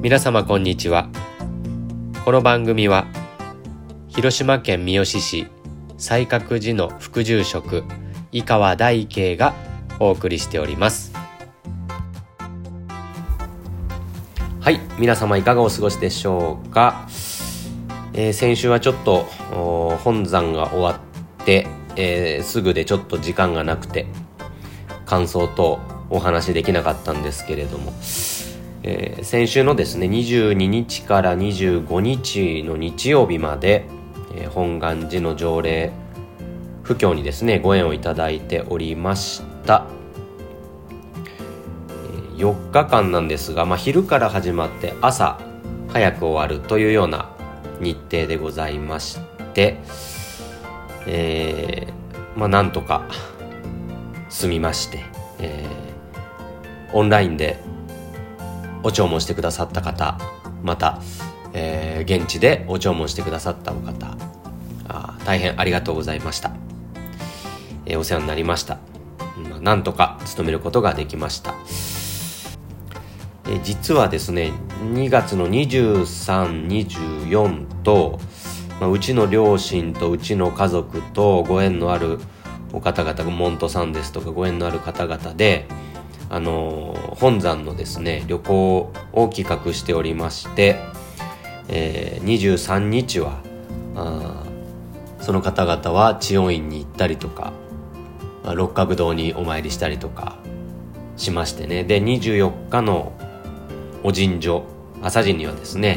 皆様こんにちは。この番組は広島県三次市西覚寺の副住職井川大慶がお送りしております。はい、皆様いかがお過ごしでしょうか。先週はちょっと本山が終わって、すぐでちょっと時間がなくて感想とお話できなかったんですけれども、先週のですね22日から25日の日曜日まで、本願寺の条例布教にですねご縁をいただいておりました。4日間なんですが、昼から始まって朝早く終わるというような日程でございまして、なんとか済みまして、オンラインでお弔問してくださった方、また、現地でお弔問してくださったお方、大変ありがとうございました。お世話になりました。なんとか務めることができました。実はですね2月の23、24と、うちの両親とうちの家族とご縁のあるお方々、モントさんですとかご縁のある方々で本山のですね旅行を企画しておりまして、23日はその方々は知恩院に行ったりとか六角堂にお参りしたりとかしましてね。で24日のお尋所朝陣にはですね、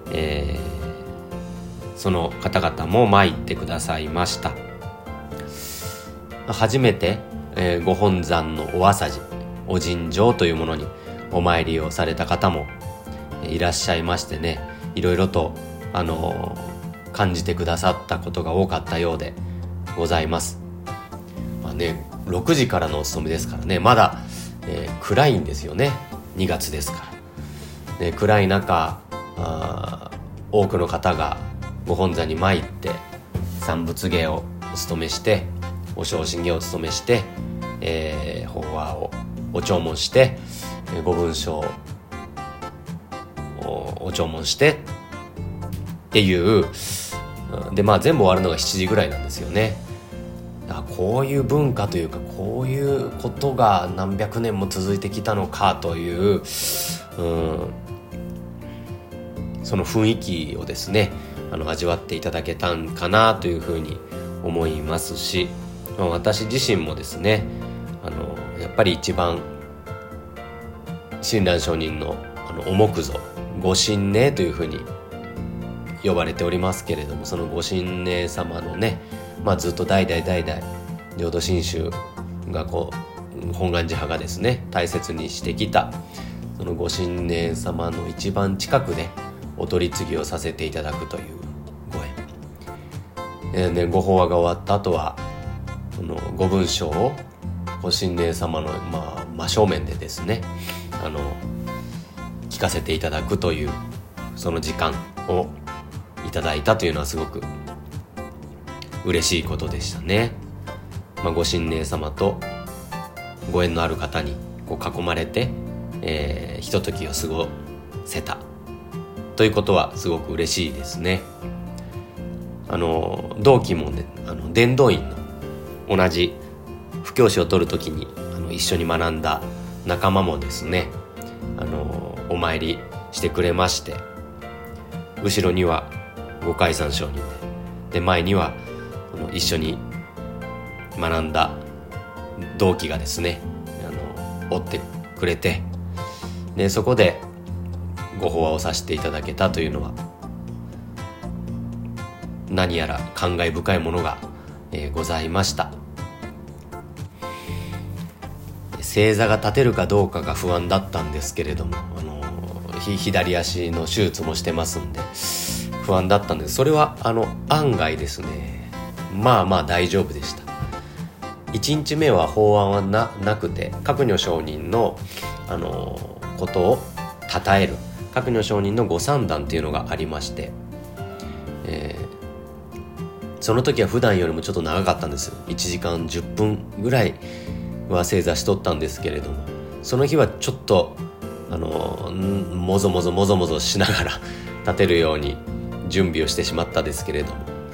その方々も参ってくださいました。初めて、ご本山のお朝陣お尋所というものにお参りをされた方もいらっしゃいましてね、いろいろと感じてくださったことが多かったようでございます。6時からのお勤めですからね、まだ、暗いんですよね。2月ですから、暗い中多くの方がご本山に参って三仏芸をお務めして、お正心芸をお務めして、法話をお弔問して、ご文章をお弔問してっていうで、全部終わるのが7時ぐらいなんですよね。こういう文化というか、こういうことが何百年も続いてきたのかという、その雰囲気をですね味わっていただけたんかなというふうに思いますし、私自身もですねやっぱり一番親鸞上人のお木像ご神寧というふうに呼ばれておりますけれども、そのご神寧様のね、ずっと代々浄土真宗が本願寺派がですね大切にしてきたそのご神寧様の一番近くでお取り次ぎをさせていただくというご縁、ご法話が終わった後はこのご文章をご神寧様の真正面でですね聞かせていただくというその時間をいただいたというのはすごく嬉しいことでしたね。ご神寧様とご縁のある方に囲まれて、ひとときを過ごせたということはすごく嬉しいですね。同期もね伝道院の同じ布教師を取るときに一緒に学んだ仲間もですねお参りしてくれまして、後ろにはご開山上人で前には一緒に学んだ同期がですね追ってくれて、でそこでご法話をさせていただけたというのは何やら感慨深いものが、ございました。正座が立てるかどうかが不安だったんですけれども、左足の手術もしてますんで不安だったんです。それは案外ですね大丈夫でした。1日目は法案は なくて、覚如上人の、ことを称える覚如上人のご三段っていうのがありまして、その時は普段よりもちょっと長かったんです。1時間10分ぐらいは正座しとったんですけれども、その日はちょっともぞもぞしながら立てるように準備をしてしまったですけれど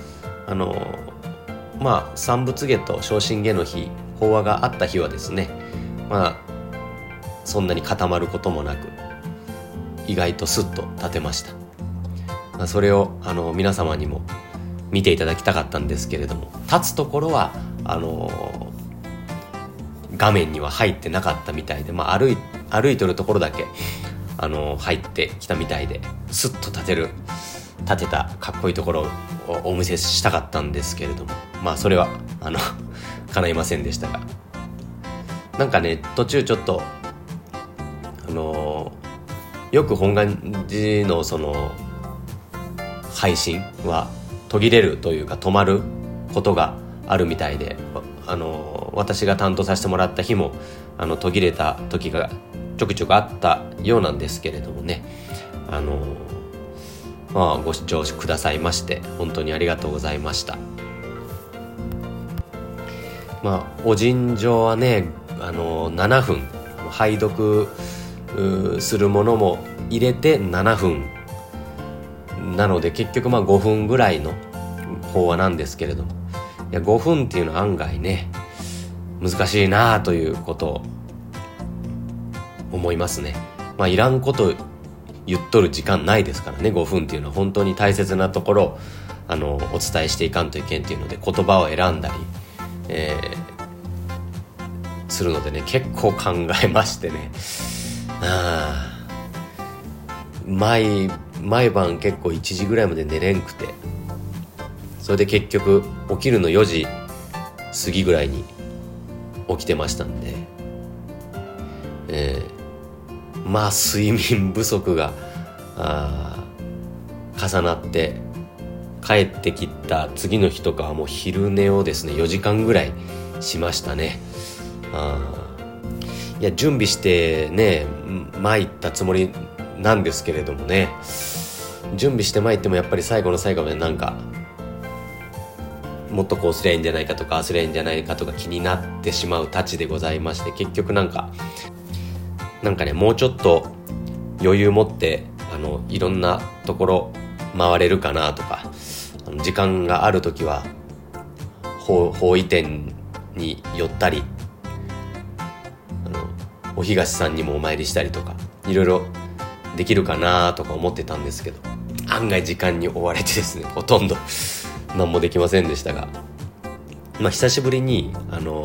も、三仏下と昇進下の日、法話があった日はですね、そんなに固まることもなく意外とスッと立てました。それを皆様にも見ていただきたかったんですけれども、立つところは画面には入ってなかったみたいで、歩いとるところだけ入ってきたみたいで、スッと立てたかっこいいところをお見せしたかったんですけれども、それは叶いませんでしたが、なんかね、途中ちょっとよく本願寺のその配信は途切れるというか止まることがあるみたいで、私が担当させてもらった日も途切れた時がちょくちょくあったようなんですけれどもね、ご視聴くださいまして本当にありがとうございました。お尋常はね、7分拝読するものも入れて7分なので、結局5分ぐらいの法話なんですけれども、5分っていうのは案外ね難しいなということを思いますね。いらんこと言っとる時間ないですからね。5分っていうのは本当に大切なところをお伝えしていかんといけんっていうので、言葉を選んだり、するのでね、結構考えましてね、毎晩結構1時ぐらいまで寝れんくて、それで結局起きるの4時過ぎぐらいに起きてましたんで、睡眠不足が重なって、帰ってきた次の日とかはもう昼寝をですね4時間ぐらいしましたね。いや、準備してね参ったつもりなんですけれどもね、準備して参ってもやっぱり最後の最後までなんかもっとこうすりゃいいんじゃないかとか、すりゃいいんじゃないかとか気になってしまうたちでございまして、結局なんかね、もうちょっと余裕持っていろんなところ回れるかなとか、時間があるときは法衣店に寄ったり、お東さんにもお参りしたりとか、いろいろできるかなとか思ってたんですけど、案外時間に追われてですね、ほとんど何もできませんでしたが、久しぶりに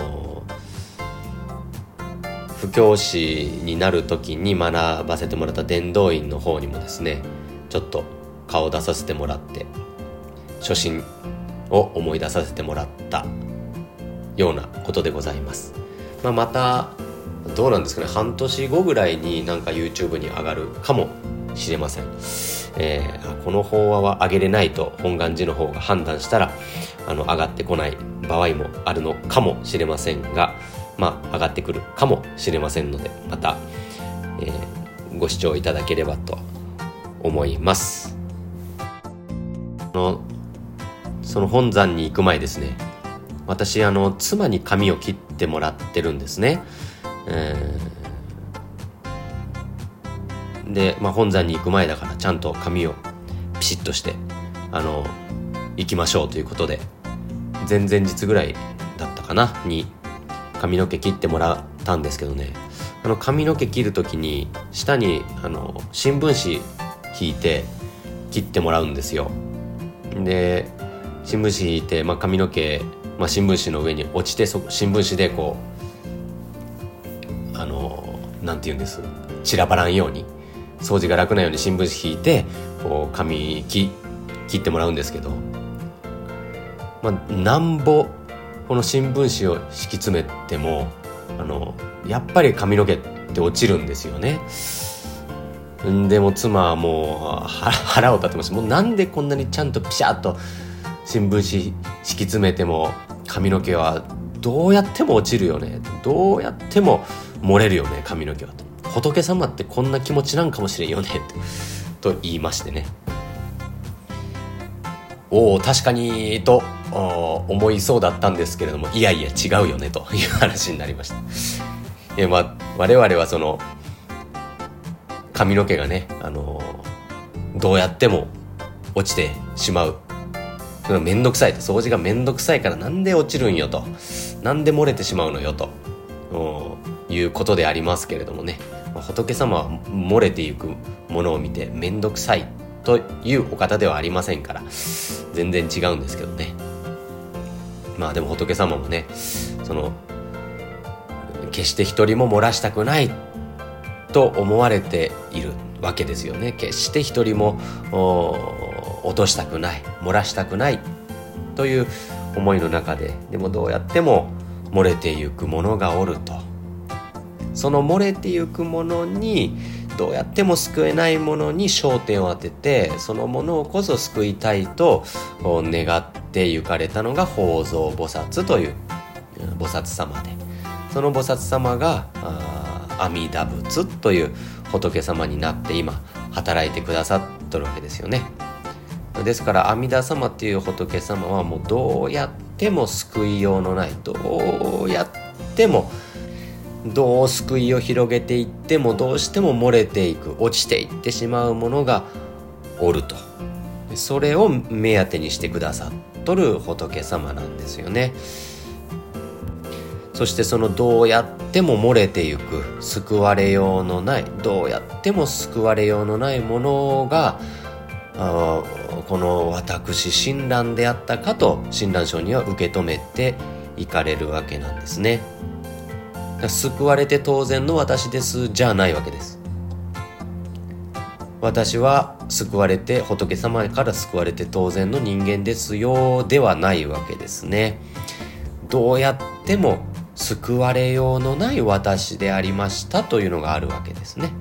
布教師になる時に学ばせてもらった伝道院の方にもですね、ちょっと顔を出させてもらって、初心を思い出させてもらったようなことでございます。またどうなんですかね、半年後ぐらいになんか YouTube に上がるかもしれません。この法話は上げれないと本願寺の方が判断したら上がってこない場合もあるのかもしれませんが、上がってくるかもしれませんので、また、ご視聴いただければと思います。その本山に行く前ですね、私妻に髪を切ってもらってるんですね。で、本山に行く前だからちゃんと髪をピシッとして行きましょうということで、前々日ぐらいだったかなに髪の毛切ってもらったんですけどね、髪の毛切るときに下に新聞紙引いて切ってもらうんですよ。で、新聞紙引いて、髪の毛、新聞紙の上に落ちて、新聞紙でこうなんていうんです、散らばらんように、掃除が楽なように新聞紙引いてこう髪切ってもらうんですけど、なんぼこの新聞紙を敷き詰めてもやっぱり髪の毛って落ちるんですよね。でも妻はもう腹を立てました。もうなんでこんなにちゃんとピシャッと新聞紙敷き詰めても髪の毛はどうやっても落ちるよね、どうやっても漏れるよね髪の毛は、仏様ってこんな気持ちなんかもしれんよねと言いましてね、確かにと思いそうだったんですけれども、いやいや違うよねという話になりました。我々はその髪の毛がね、どうやっても落ちてしまう。めんどくさいと、掃除がめんどくさいからなんで落ちるんよと、なんで漏れてしまうのよということでありますけれどもね、仏様は漏れていくものを見てめんどくさいというお方ではありませんから、全然違うんですけどね。まあでも仏様もね、決して一人も漏らしたくないと思われているわけですよね。決して一人も落としたくない、漏らしたくないという思いの中で、でもどうやっても漏れてゆくものがおると。その漏れてゆくものに、どうやっても救えないものに焦点を当てて、そのものをこそ救いたいと願ってゆかれたのが法蔵菩薩という菩薩様で、その菩薩様が阿弥陀仏という仏様になって今働いてくださっとるわけですよね。ですから阿弥陀様っていう仏様はもうどうやっても救いようのない、どうやってもどう救いを広げていってもどうしても漏れていく、落ちていってしまうものがおると、それを目当てにしてくださっとる仏様なんですよね。そしてそのどうやっても漏れてゆく、救われようのない、どうやっても救われようのないものがこの私親鸞であったかと親鸞聖には受け止めていかれるわけなんですね。救われて当然の私ですじゃないわけです。私は救われて、仏様から救われて当然の人間ですよではないわけですね。どうやっても救われようのない私でありましたというのがあるわけですね。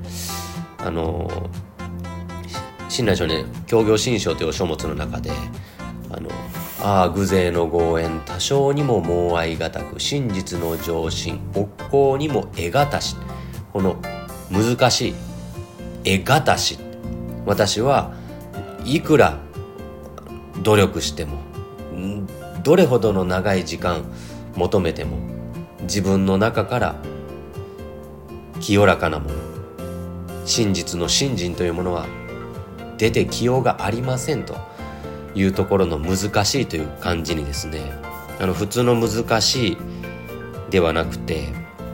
親鸞聖ね、教行信証という書物の中で偶勢の豪縁、多少にも猛愛がたく、真実の上心、奥行にも得がたし、この難しい得がたし、私はいくら努力しても、どれほどの長い時間求めても、自分の中から清らかなもの、真実の信心というものは出てきようがありませんというところの難しいという感じにですね、普通の難しいではなくて、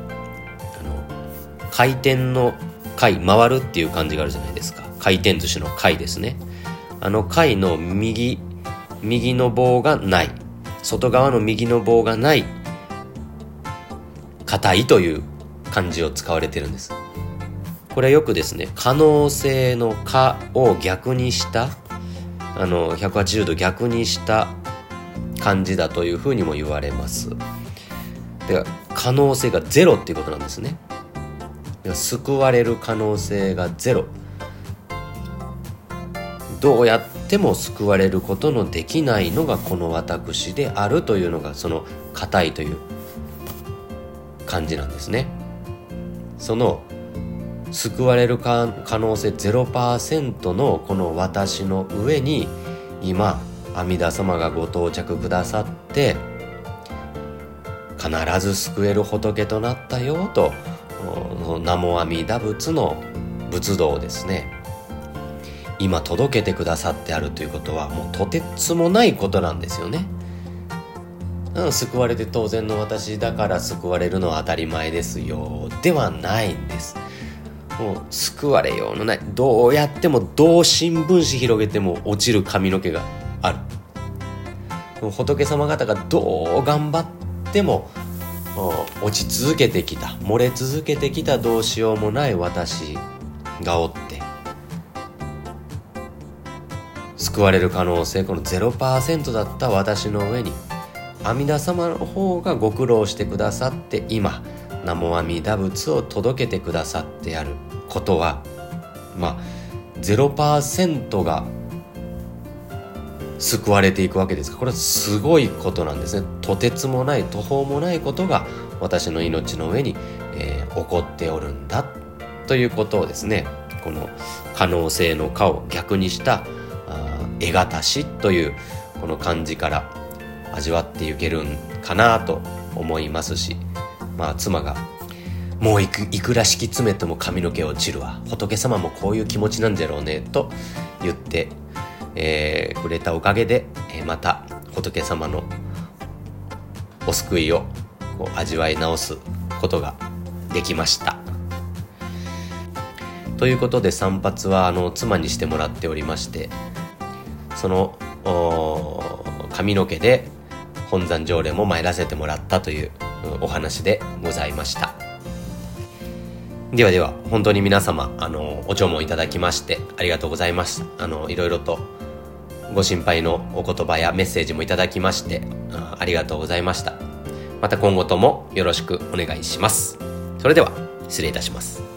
回転の回、回るっていう感じがあるじゃないですか。回転寿司の回ですね。回の右の棒がない、外側の右の棒がない硬いという漢字を使われてるんです。これよくですね、可能性の可を逆にした180度逆にした漢字だというふうにも言われます。で、可能性がゼロっていうことなんですね。救われる可能性がゼロ、どうやっても救われることのできないのがこの私であるというのが、その硬いという感じなんですね。その救われる可能性 0% のこの私の上に今阿弥陀様がご到着くださって、必ず救える仏となったよと、南無阿弥陀仏の仏道をですね、今届けてくださってあるということは、もうとてつもないことなんですよね。救われて当然の私だから救われるのは当たり前ですよではないんです。もう救われようのない、どうやってもどう新聞紙広げても落ちる髪の毛がある。仏様方がどう頑張っても落ち続けてきた、漏れ続けてきたどうしようもない私がおって、救われる可能性この 0% だった私の上に阿弥陀様の方がご苦労してくださって、今南無阿弥陀仏を届けてくださってあることは、0% が救われていくわけですから、これはすごいことなんですね。とてつもない、途方もないことが私の命の上に、起こっておるんだということをですね、この可能性の可を逆にした得がたしというこの漢字から味わっていけるんかなと思いますし、妻がもういくら敷き詰めても髪の毛落ちるわ、仏様もこういう気持ちなんじゃろうねと言って、くれたおかげで、また仏様のお救いをこう味わい直すことができました。ということで散髪は妻にしてもらっておりまして、その髪の毛で本山条例も参らせてもらったというお話でございました。ではでは、本当に皆様お弔問いただきましてありがとうございました。いろいろとご心配のお言葉やメッセージもいただきましてありがとうございました。また今後ともよろしくお願いします。それでは失礼いたします。